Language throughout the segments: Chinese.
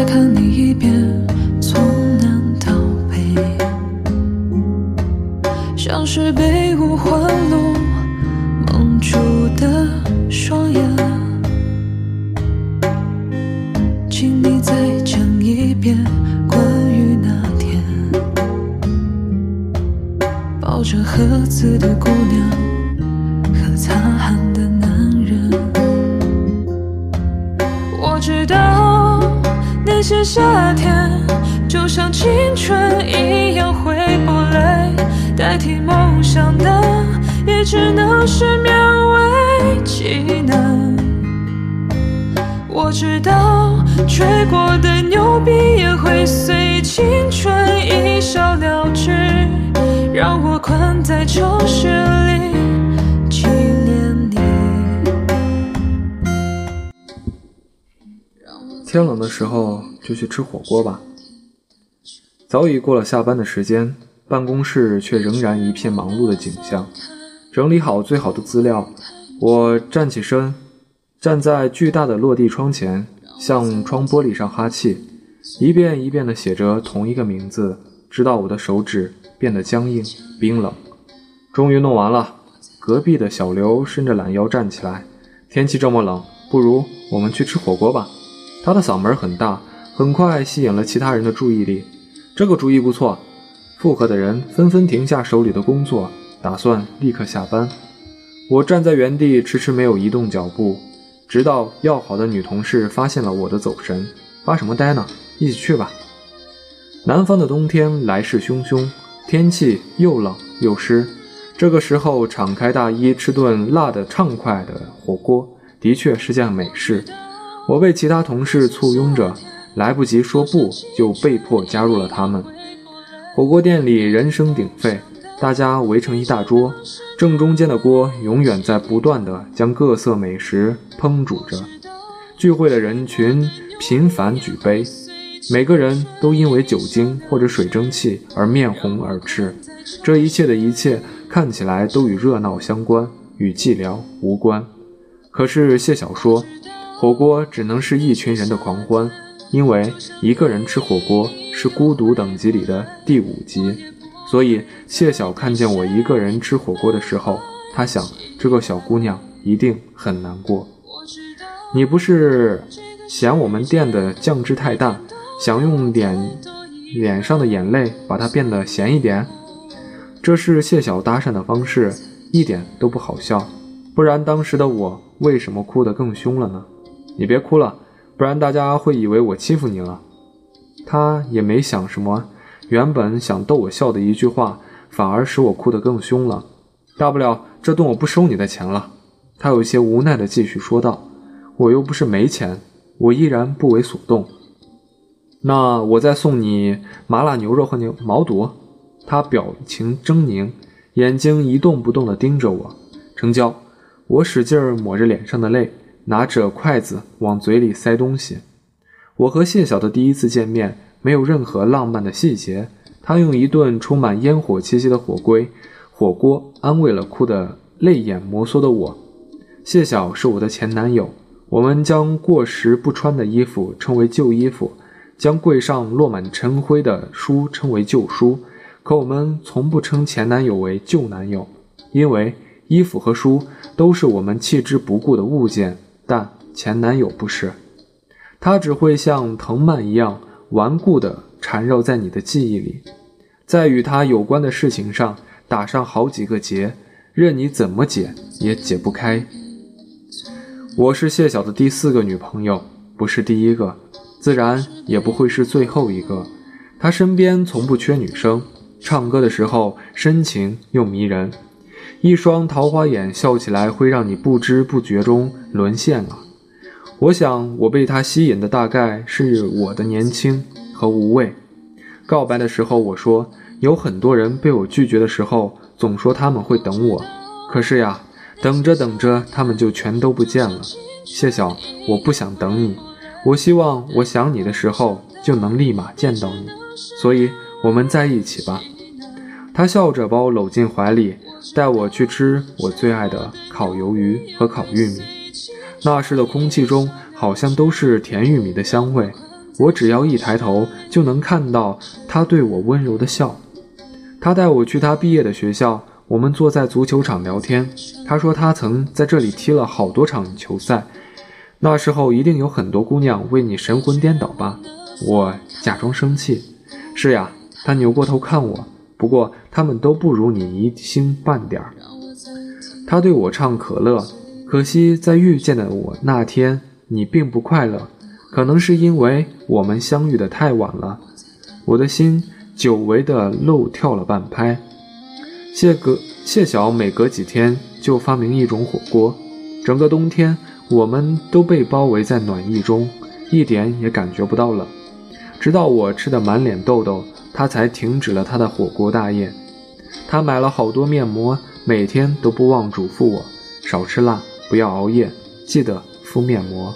看你一遍，从南到北，像是被五环路蒙住的双眼。请你再讲一遍关于那天抱着盒子的姑娘和擦汗的男人。我知道那些夏天就像青春一样回不来，代替梦想的也只能是勉为其难。我知道吹过的牛逼也会随青春一笑了之，让我困在城市里纪念你。 天冷的时候就去吃火锅吧。早已过了下班的时间，办公室却仍然一片忙碌的景象。整理好最好的资料，我站起身，站在巨大的落地窗前，向窗玻璃上哈气，一遍一遍地写着同一个名字，直到我的手指变得僵硬冰冷。终于弄完了。隔壁的小刘伸着懒腰站起来，天气这么冷，不如我们去吃火锅吧。他的嗓门很大，很快吸引了其他人的注意力。这个主意不错。附和的人纷纷停下手里的工作，打算立刻下班。我站在原地迟迟没有移动脚步，直到要好的女同事发现了我的走神。发什么呆呢？一起去吧。南方的冬天来势汹汹，天气又冷又湿，这个时候敞开大衣吃顿辣的畅快的火锅的确是件美事。我被其他同事簇拥着，来不及说不，就被迫加入了他们。火锅店里人声鼎沸，大家围成一大桌，正中间的锅永远在不断地将各色美食烹煮着。聚会的人群频繁举杯，每个人都因为酒精或者水蒸气而面红耳赤。这一切的一切看起来都与热闹相关，与寂寥无关。可是谢晓说，火锅只能是一群人的狂欢，因为一个人吃火锅是孤独等级里的第5级。所以谢晓看见我一个人吃火锅的时候，他想这个小姑娘一定很难过。你不是嫌我们店的酱汁太淡，想用脸上的眼泪把它变得咸一点？这是谢晓搭讪的方式，一点都不好笑。不然当时的我为什么哭得更凶了呢？你别哭了，不然大家会以为我欺负你了。他也没想什么，原本想逗我笑的一句话，反而使我哭得更凶了。大不了这顿我不收你的钱了。他有些无奈地继续说道。我又不是没钱，我依然不为所动。那我再送你麻辣牛肉和毛肚。他表情狰狞，眼睛一动不动地盯着我。成交。我使劲抹着脸上的泪，拿着筷子往嘴里塞东西。我和谢晓的第一次见面没有任何浪漫的细节，他用一顿充满烟火气息的火锅安慰了哭得泪眼摩挲的我。谢晓是我的前男友，我们将过时不穿的衣服称为旧衣服，将柜上落满尘灰的书称为旧书，可我们从不称前男友为旧男友，因为衣服和书都是我们弃之不顾的物件，但前男友不是。他只会像藤蔓一样顽固地缠绕在你的记忆里，在与他有关的事情上打上好几个结，任你怎么解也解不开。我是谢晓的第4个女朋友，不是第1个，自然也不会是最后一个。她身边从不缺女生，唱歌的时候深情又迷人，一双桃花眼笑起来会让你不知不觉中沦陷了。我想我被她吸引的大概是我的年轻和无畏。告白的时候我说，有很多人被我拒绝的时候总说他们会等我，可是呀，等着等着他们就全都不见了。谢晓，我不想等你，我希望我想你的时候就能立马见到你，所以我们在一起吧。他笑着把我搂进怀里，带我去吃我最爱的烤鱿鱼和烤玉米。那时的空气中好像都是甜玉米的香味， 我只要一抬头就能看到他对我温柔的笑。他带我去他毕业的学校，我们坐在足球场聊天。他说他曾在这里踢了好多场球赛，那时候一定有很多姑娘为你神魂颠倒吧。我假装生气，是呀。他扭过头看我，不过他们都不如你一星半点。他对我唱可乐，可惜在遇见的我那天你并不快乐，可能是因为我们相遇的太晚了。我的心久违的漏跳了半拍。谢晓每隔几天就发明一种火锅，整个冬天我们都被包围在暖意中，一点也感觉不到冷。直到我吃得满脸痘痘，他才停止了他的火锅大宴。他买了好多面膜，每天都不忘嘱咐我少吃辣，不要熬夜，记得敷面膜。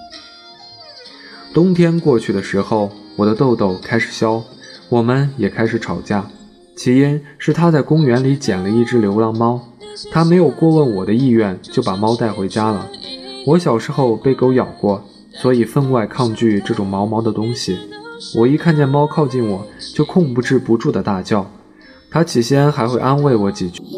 冬天过去的时候，我的痘痘开始消，我们也开始吵架。起因是他在公园里捡了一只流浪猫，他没有过问我的意愿就把猫带回家了。我小时候被狗咬过，所以分外抗拒这种毛毛的东西。我一看见猫靠近我，就控制不住的大叫。他起先还会安慰我几句，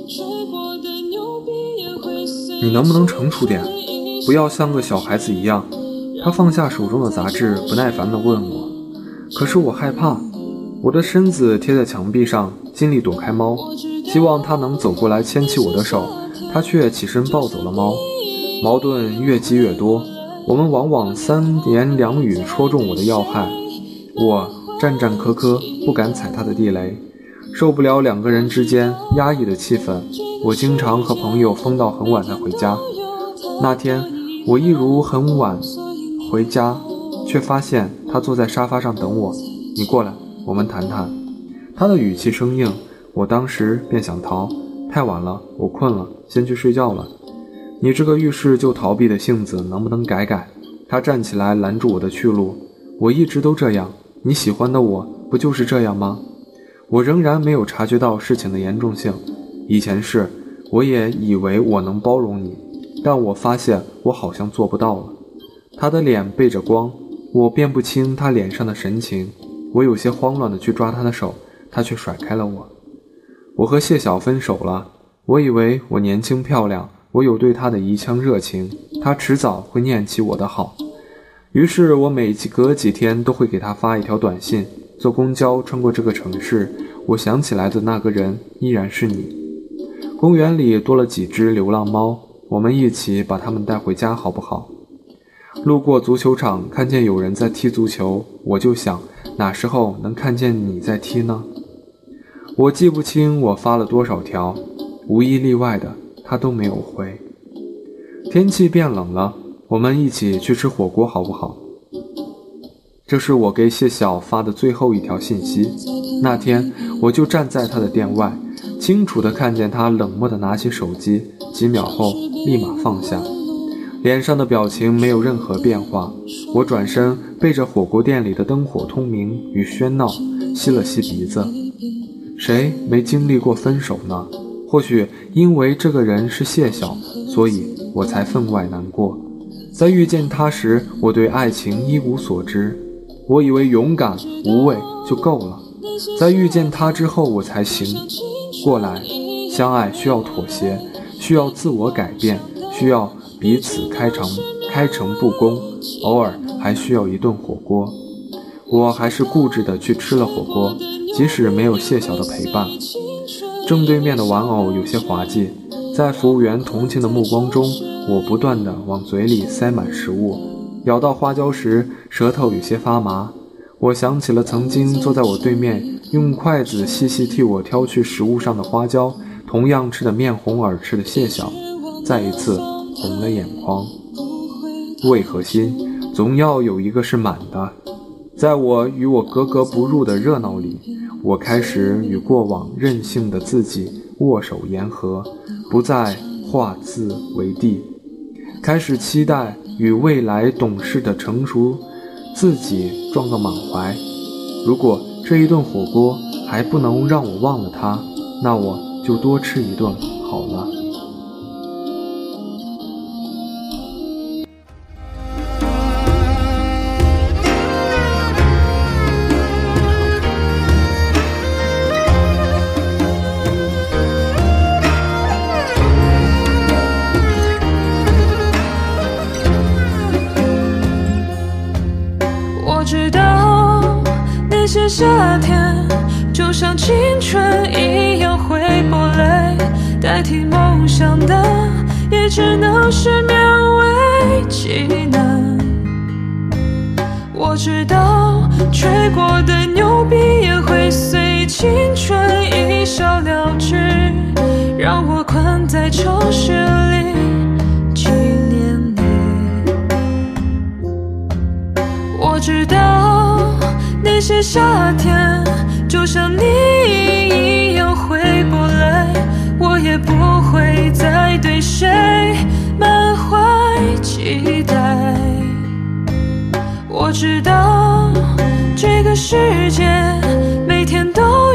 你能不能成熟点，不要像个小孩子一样。他放下手中的杂志，不耐烦地问我，可是我害怕。我的身子贴在墙壁上，尽力躲开猫，希望他能走过来牵起我的手，他却起身抱走了猫。矛盾越积越多，我们往往三言两语戳中我的要害。我战战兢兢，不敢踩他的地雷，受不了两个人之间压抑的气氛。我经常和朋友疯到很晚才回家。那天我一如很晚回家，却发现他坐在沙发上等我。你过来，我们谈谈。他的语气生硬，我当时便想逃。太晚了，我困了，先去睡觉了。你这个遇事就逃避的性子能不能改改？他站起来拦住我的去路。我一直都这样，你喜欢的我不就是这样吗？我仍然没有察觉到事情的严重性。以前是，我也以为我能包容你，但我发现我好像做不到了。他的脸背着光，我辨不清他脸上的神情。我有些慌乱地去抓他的手，他却甩开了我。我和谢晓分手了。我以为我年轻漂亮，我有对他的一腔热情，他迟早会念起我的好。于是我隔几天都会给他发一条短信。坐公交穿过这个城市，我想起来的那个人依然是你。公园里多了几只流浪猫，我们一起把它们带回家好不好？路过足球场，看见有人在踢足球，我就想，哪时候能看见你在踢呢？我记不清我发了多少条，无一例外的他都没有回。天气变冷了，我们一起去吃火锅好不好？这是我给谢晓发的最后一条信息。那天我就站在他的店外，清楚地看见他冷漠地拿起手机，几秒后立马放下，脸上的表情没有任何变化。我转身背着火锅店里的灯火通明与喧闹，吸了吸鼻子。谁没经历过分手呢？或许因为这个人是谢晓，所以我才分外难过。在遇见他时，我对爱情一无所知，我以为勇敢无畏就够了。在遇见他之后，我才醒过来，相爱需要妥协，需要自我改变，需要彼此开诚布公，偶尔还需要一顿火锅。我还是固执地去吃了火锅，即使没有谢晓的陪伴。正对面的玩偶有些滑稽，在服务员同情的目光中，我不断地往嘴里塞满食物，咬到花椒时舌头有些发麻。我想起了曾经坐在我对面，用筷子细细替我挑去食物上的花椒，同样吃得面红耳赤的谢晓，再一次红了眼眶。为何心总要有一个是满的？在我与我格格不入的热闹里，我开始与过往任性的自己握手言和，不再画字为地，开始期待与未来懂事的成熟自己撞个满怀。如果这一顿火锅还不能让我忘了他，那我就多吃一顿好了。 夏天，就像青春一样会剥泪，代替梦想的也只能是勉为其难。我知道吹过的牛逼也会随青春一笑了之，让我困在城市里纪念你。我知道那些夏天就像你一样会剥泪，我也不会再对谁满怀期待。我知道这个世界每天都